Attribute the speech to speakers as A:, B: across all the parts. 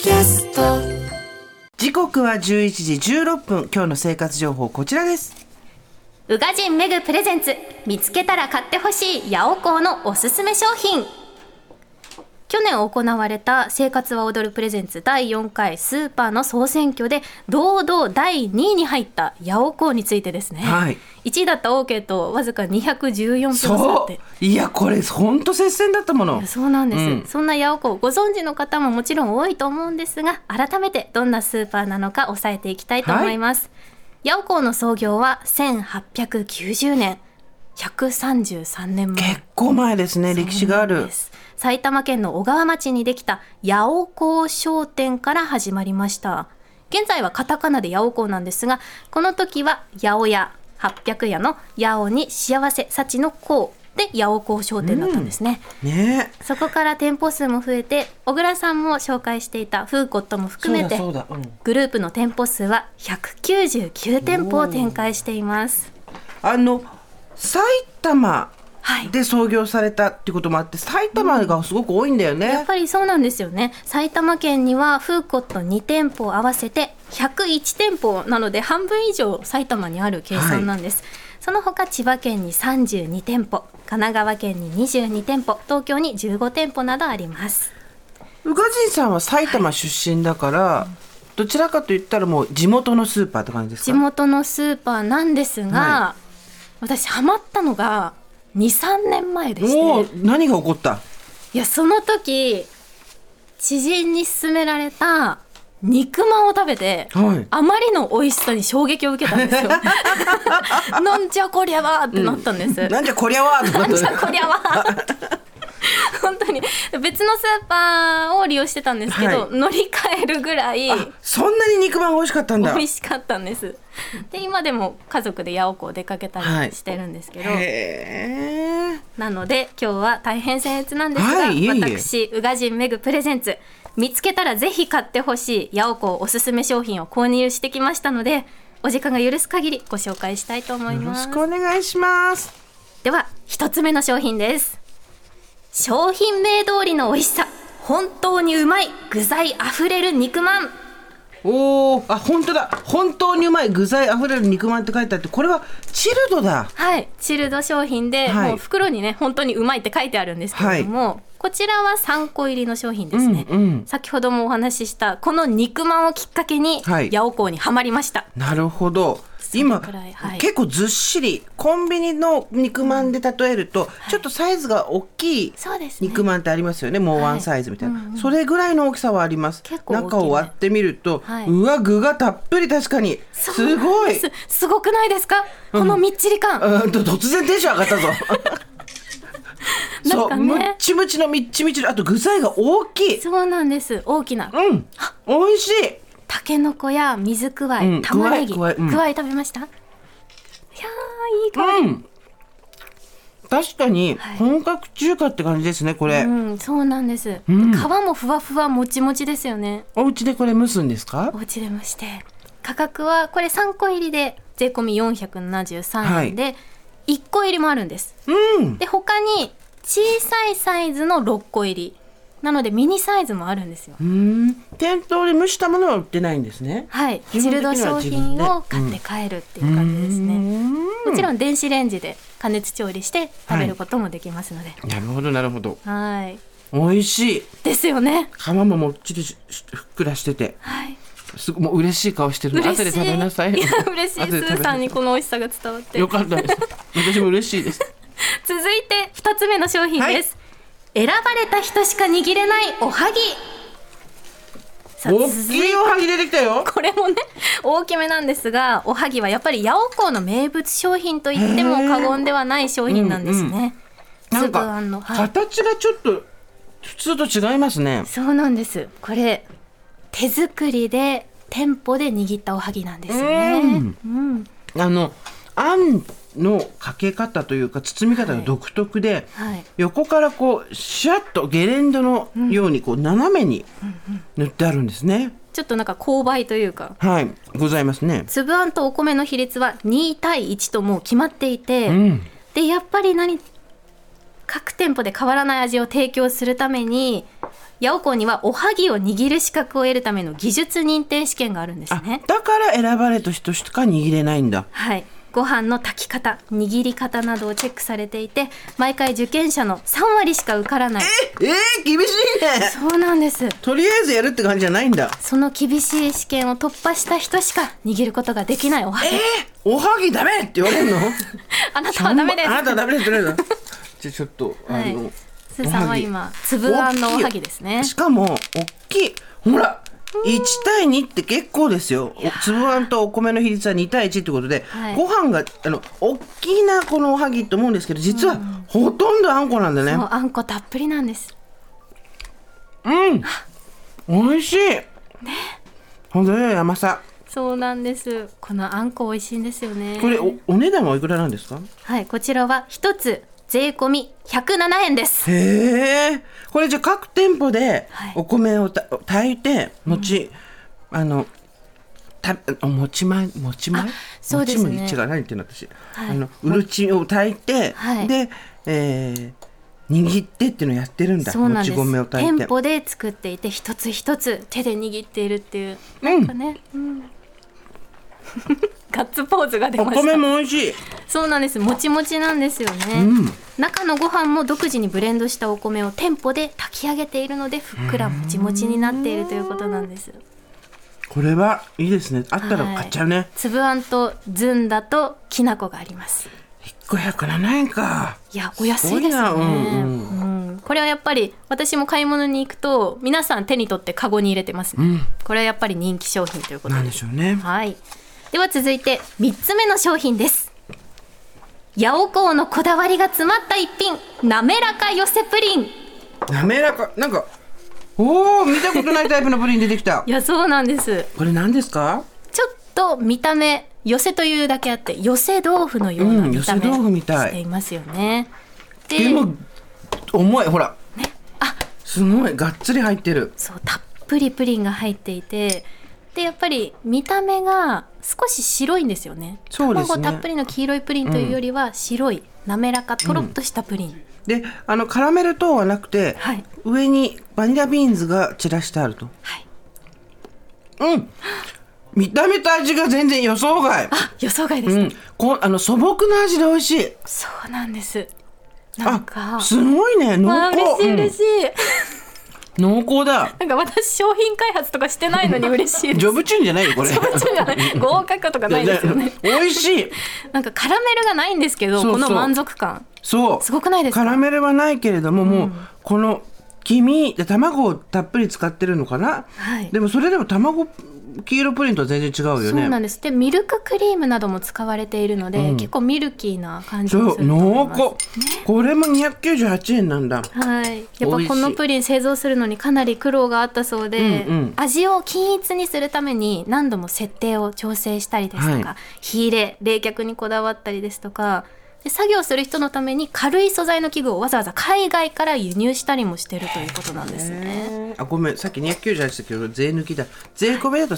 A: キャスト。
B: 時刻は11時16分。今日の生活情報こちらです。
C: 宇賀神メグプレゼンツ、見つけたら買ってほしいヤオコーのおすすめ商品。去年行われた生活は踊るプレゼンツ第4回スーパーの総選挙で堂々第2位に入ったヤオコーについてですね、
B: はい、
C: 1位だったオーケーとわずか214票差って。
B: いやこれほんと接戦だったもの。
C: そうなんです、そんなヤオコーご存知の方ももちろん多いと思うんですが、改めてどんなスーパーなのか押さえていきたいと思います、ヤオコーの創業は1890年、133年前。
B: 結構前ですね。歴史がある。
C: 埼玉県の小川町にできたヤオコー商店から始まりました。現在はカタカナでヤオコーなんですが、この時は八百屋、800屋の八百に幸せ幸のコーでヤオコー商店だったんですね、そこから店舗数も増えて、小倉さんも紹介していたフーコットも含めてグループの店舗数は199店舗を展開しています。
B: 埼玉で創業されたっていうこともあって、埼玉がすごく多いんだよね、
C: やっぱりそうなんですよね。埼玉県にはフーコット2店舗合わせて101店舗なので、半分以上埼玉にある計算なんです、その他千葉県に32店舗、神奈川県に22店舗、東京に15店舗などあります。
B: 宇賀神さんは埼玉出身だから、どちらかといったらもう地元のスーパーって感じですか？
C: 地元のスーパーなんですが、私ハマったのが2、3年前でして。
B: 何が起こった？
C: いや、その時知人に勧められた肉まんを食べて、あまりの美味しさに衝撃を受けたんですよなんじゃこりゃわーってなったんです、
B: なんじゃこりゃわーってなった
C: なんじゃこりゃわー本当に別のスーパーを利用してたんですけど、乗り換えるぐらい
B: そんなに肉まん美味しかったんだ。
C: 美味しかったんです。で、今でも家族でヤオコー出かけたりしてるんですけど、なので今日は大変僭越なんですが、私宇賀神メグプレゼンツ、見つけたらぜひ買ってほしいヤオコーおすすめ商品を購入してきましたので、お時間が許す限りご紹介したいと思います。
B: よろしくお願いします。
C: では一つ目の商品です。商品名通りの美味しさ、本当にうまい具材あふれる肉まん。
B: 本当だ、本当にうまい具材あふれる肉まんって書いてあって、これはチルドだ。
C: はい、チルド商品で、もう袋にね本当にうまいって書いてあるんですけれども、こちらは3個入りの商品ですね、先ほどもお話ししたこの肉まんをきっかけに、ヤオコーにはまりました。
B: なるほど。今、結構ずっしり、コンビニの肉まんで例えると、ちょっとサイズが大きい肉まんってありますよね。もうワンサイズみたいな、それぐらいの大きさはあります。中を割ってみると、うわ、具がたっぷり。確かにすごい。
C: すごくないですか、このみっちり感。
B: 突然テンション上がったぞそう、ムッチムチのみっちみち、あと具材が大きい。
C: そうなんです、大きな。
B: 美味しい。
C: たけのこや水くわい、玉ねぎ、くわい食べました？いやー、いい香り。
B: 確かに本格中華って感じですね、これ。
C: そうなんです、皮もふわふわもちもちですよね。
B: お家でこれ蒸すんですか？
C: お家で蒸して、価格はこれ3個入りで税込み473円で、1個入りもあるんです、で他に小さいサイズの6個入りなのでミニサイズもあるんですよ。
B: 店頭で蒸したものは売ってないんですね。
C: はい、チルド商品を買って帰るっていう感じですね。もちろん電子レンジで加熱調理して食べることもできますので。
B: なるほどなるほど。
C: はい、
B: 美味しい
C: ですよね。
B: 皮ももっちりふっくらしてて、もう嬉しい顔してるの。後で食べなさい。
C: いや嬉しい、スーさんにこの美味しさが伝わって
B: よかったです私も嬉しいです
C: 続いて2つ目の商品です、選ばれた人しか握れないおはぎ。
B: 大きいおはぎ出てきたよ。
C: これもね大きめなんですが、おはぎはやっぱりヤオコーの名物商品と言っても過言ではない商品なんですね。
B: なんか形がちょっと普通と違いますね。
C: そうなんです。これ手作りで店舗で握ったおはぎなんですよね。
B: あんのかけ方というか包み方が独特で、横からこうシャッとゲレンデのようにこう斜めに塗ってあるんですね。
C: ちょっとなんか勾配というか、
B: ございますね。
C: 粒あんとお米の比率は2対1ともう決まっていて、でやっぱり各店舗で変わらない味を提供するために八尾校にはおはぎを握る資格を得るための技術認定試験があるんですね。
B: だから選ばれた人しか握れないんだ。
C: はい。ご飯の炊き方、握り方などをチェックされていて、毎回受験者の3割しか受からない。
B: 厳しいね。
C: そうなんです。
B: とりあえずやるって感じじゃないんだ。
C: その厳しい試験を突破した人しか握ることができないおはぎ。
B: おはぎダメって言われるの？
C: あなたはダメです。
B: あなたはダメです。じゃあちょっと
C: スーさんは今粒あんのおはぎですね。
B: しかも大きい。ほら。1対2って結構ですよ。粒あんとお米の比率は2対1ってことで、ご飯が大きなこのおはぎと思うんですけど、実はほとんどあんこなんだね。
C: そう、あんこたっぷりなんです。
B: 美味しいね。ほんとね、甘さ。
C: そうなんです。このあんこ美味しいんですよね。
B: これ お値段はいくらなんですか？
C: はい、こちらは一つ税込み107円です。
B: へえ。これじゃあ各店舗でお米を炊いて餅、餅米
C: そうですね。
B: 違う、何言ってんの私、うるちを炊いて、で、握ってっていうのをやってるんだ。
C: そうなんです。
B: もち米を炊いて
C: 店舗で作っていて、一つ一つ手で握っているっていう、なんかね、ガッツポーズが出ました。
B: お米も美味しい。
C: そうなんです。もちもちなんですよね。中のご飯も独自にブレンドしたお米を店舗で炊き上げているので、ふっくらもちもちになっているということなんです。
B: これはいいですね。あったら買っちゃうね。
C: 粒あんとずんだときな粉があります。
B: 1個107円か。
C: いや、お安いですね。これはやっぱり私も買い物に行くと皆さん手に取ってカゴに入れてますね。これはやっぱり人気商品ということ
B: なんでしょうね。
C: はい。では続いて3つ目の商品です。八尾校のこだわりが詰まった一品、滑らか寄せプリン。
B: 滑らか、なんか見たことないタイプのプリン出てきた。
C: いや、そうなんです。
B: これ何ですか？
C: ちょっと見た目寄せというだけあって寄せ豆腐のような見た目していますよね。
B: でも重い、ほら、すごいがっつり入ってる。
C: そう、たっぷりプリンが入っていて、でやっぱり見た目が少し白いんですよね。
B: そうですね。
C: 卵たっぷりの黄色いプリンというよりは白い滑らかとろっとしたプリン、
B: でカラメル等はなくて、上にバニラビーンズが散らしてあると。見た目と味が全然予想外。
C: 予想外ですね。
B: 素朴な味で美味しい。
C: そうなんです。なんか
B: すごいね、濃厚。
C: 嬉しい。
B: 濃厚だ。
C: なんか私商品開発とかしてないのに嬉しいです。
B: ジョブチューンじゃないよこれ。
C: ジョブチューンじゃない。合格とかないですよね。
B: 美味しい。
C: なんかカラメルがないんですけど、この満足感。そう。すごくないですか？
B: カラメルはないけれども、もうこの黄身で卵をたっぷり使ってるのかな。でもそれでも卵黄色プリンとは全然違うよね。
C: そうなんです。でミルククリームなども使われているので、結構ミルキーな感じもすると思います。
B: 濃厚。これも298円なんだ。
C: はい。やっぱこのプリン製造するのにかなり苦労があったそうで、味を均一にするために何度も設定を調整したりですとか、火入れ冷却にこだわったりですとか。で作業する人のために軽い素材の器具をわざわざ海外から輸入したりもしてるということなんですね。
B: ごめん、さっき298だけど税抜きだ。税込みだと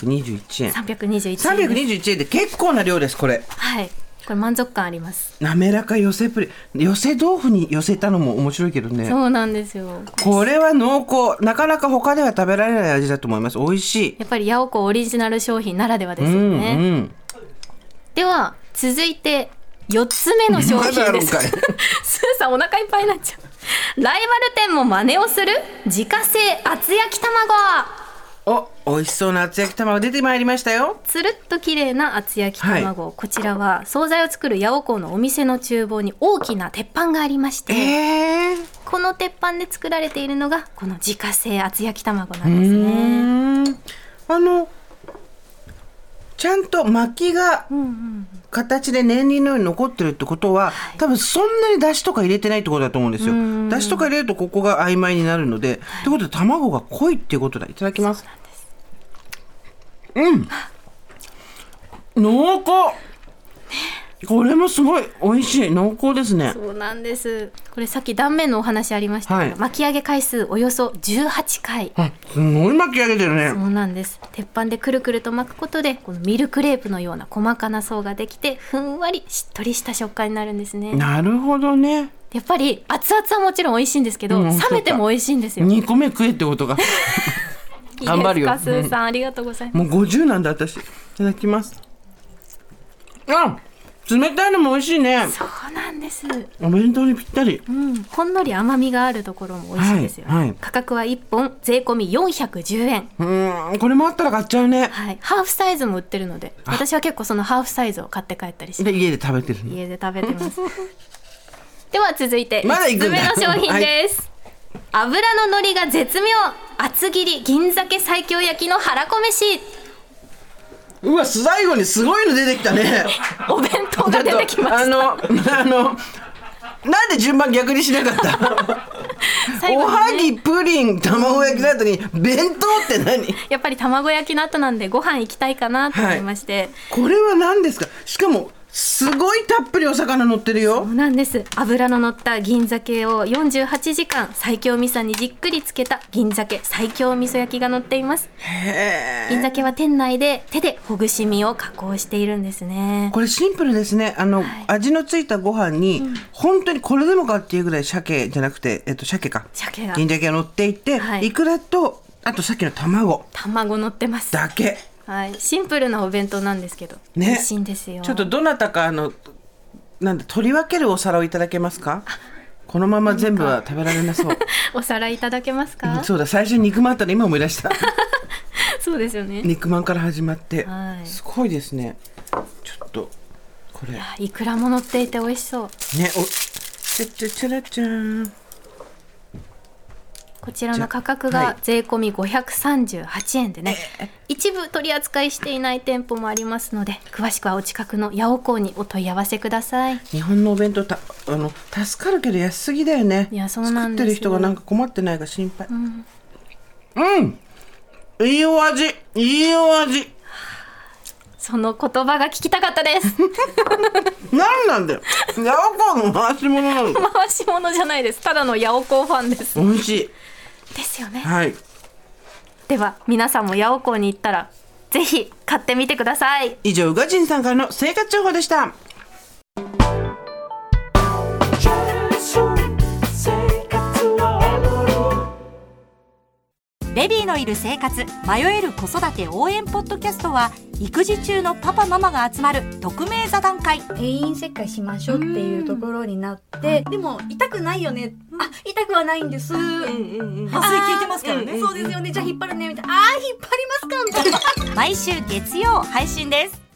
B: 321円。321円で結構な量ですこれ。
C: はい。これ満足感あります。
B: 滑らか寄せプリン、寄せ豆腐に寄せたのも面白いけどね。
C: そうなんですよ。
B: これは濃厚、なかなか他では食べられない味だと思います。美味しい。
C: やっぱり八尾校オリジナル商品ならではですよね。では続いて4つ目の商品です。スーさんお腹いっぱいになっちゃう。ライバル店も真似をする自家製厚焼き卵。
B: 美味しそうな厚焼き卵出てまいりましたよ。
C: つるっと綺麗な厚焼き卵、こちらは惣菜を作る八尾校のお店の厨房に大きな鉄板がありまして、この鉄板で作られているのがこの自家製厚焼き卵なんですね。
B: ちゃんと巻きが形で年輪のように残ってるってことは、多分そんなに出汁とか入れてないってことだと思うんですよ。出汁とか入れるとここが曖昧になるので、ってことで卵が濃いっていうことだ。いただきます。濃厚。これもすごい美味しい。濃厚ですね。
C: そうなんです。これさっき断面のお話ありましたけど、巻き上げ回数およそ18回。
B: すごい巻き上げてるね。
C: そうなんです。鉄板でくるくると巻くことでこのミルクレープのような細かな層ができて、ふんわりしっとりした食感になるんですね。
B: なるほどね。
C: やっぱり熱々はもちろん美味しいんですけど、冷めても美味しいんですよ。
B: 2個目食えってことが頑張るよ。
C: いいですか、スーさん、ありがとうございます。
B: もう50なんだ私。いただきます。あ、冷たいのも美味しいね。
C: そうなんです。
B: お弁当にぴったり。
C: ほんのり甘みがあるところも美味しいですよ、価格は1本税込み410円。
B: これもあったら買っちゃうね。
C: ハーフサイズも売ってるので、私は結構そのハーフサイズを買って帰ったりして、
B: 家で食べてる、
C: 家で食べてますでは続いて
B: まだ
C: 5つ目の商品です、油の乗りが絶妙、厚切り銀鮭西京焼きのはらこ飯。
B: うわ、最後にすごいの出てきたね
C: お弁当が出てきました。
B: なんで順番逆にしなかったおはぎ、プリン、卵焼きの後に弁当って何？
C: やっぱり卵焼きの後なんでご飯行きたいかなと思いまして、
B: これは何ですか？しかもすごいたっぷりお魚乗ってるよ。
C: そうなんです。油の乗った銀鮭を48時間西京味噌にじっくりつけた銀鮭西京味噌焼きが乗っています。銀鮭は店内で手でほぐし身を加工しているんですね。こ
B: れシンプルですね。味のついたご飯に、本当にこれでもかっていうぐらい鮭じゃなくて、鮭か、銀鮭が乗っていて、いくらとあとさっきの卵
C: 乗ってます
B: だけ。
C: シンプルなお弁当なんですけど、美味しいんですよ。
B: ちょっとどなたか取り分けるお皿をいただけますか？このまま全部は食べられなそう
C: お皿いただけますか？
B: そうだ、最初に肉まんあったら今思い出した
C: そうですよね、
B: 肉まんから始まって、すごいですね。ちょっとこれ
C: いくらも乗っていて美味しそう
B: ね。ちゃらちゃん、
C: こちらの価格が税込み538円でね、一部取り扱いしていない店舗もありますので、詳しくはお近くの八百港にお問い合わせください。
B: 日本のお弁当助かるけど安すぎだよね。
C: いや、そうなんですよ。
B: 作ってる人がなんか困ってないか心配。いいお味、いいお味。
C: その言葉が聞きたかったです
B: 何なんだよ、八百港の回し物なの
C: 回し物じゃないです。ただの八百港ファンです。
B: 美味しい
C: ですよね。では皆さんも八百港に行ったらぜひ買ってみてください。
B: 以上、宇賀神さんからの生活情報でした。
A: ベビーのいる生活、迷える子育て応援ポッドキャストは、育児中のパパママが集まる匿名座談会。
D: 定員切開しましょうっていうところになって、でも痛くないよね、痛くはないんです、麻酔効いてますからね、そうですよね、じゃあ引っ張るねみたいな、引っ張りますかみたいな
A: 毎週月曜配信です。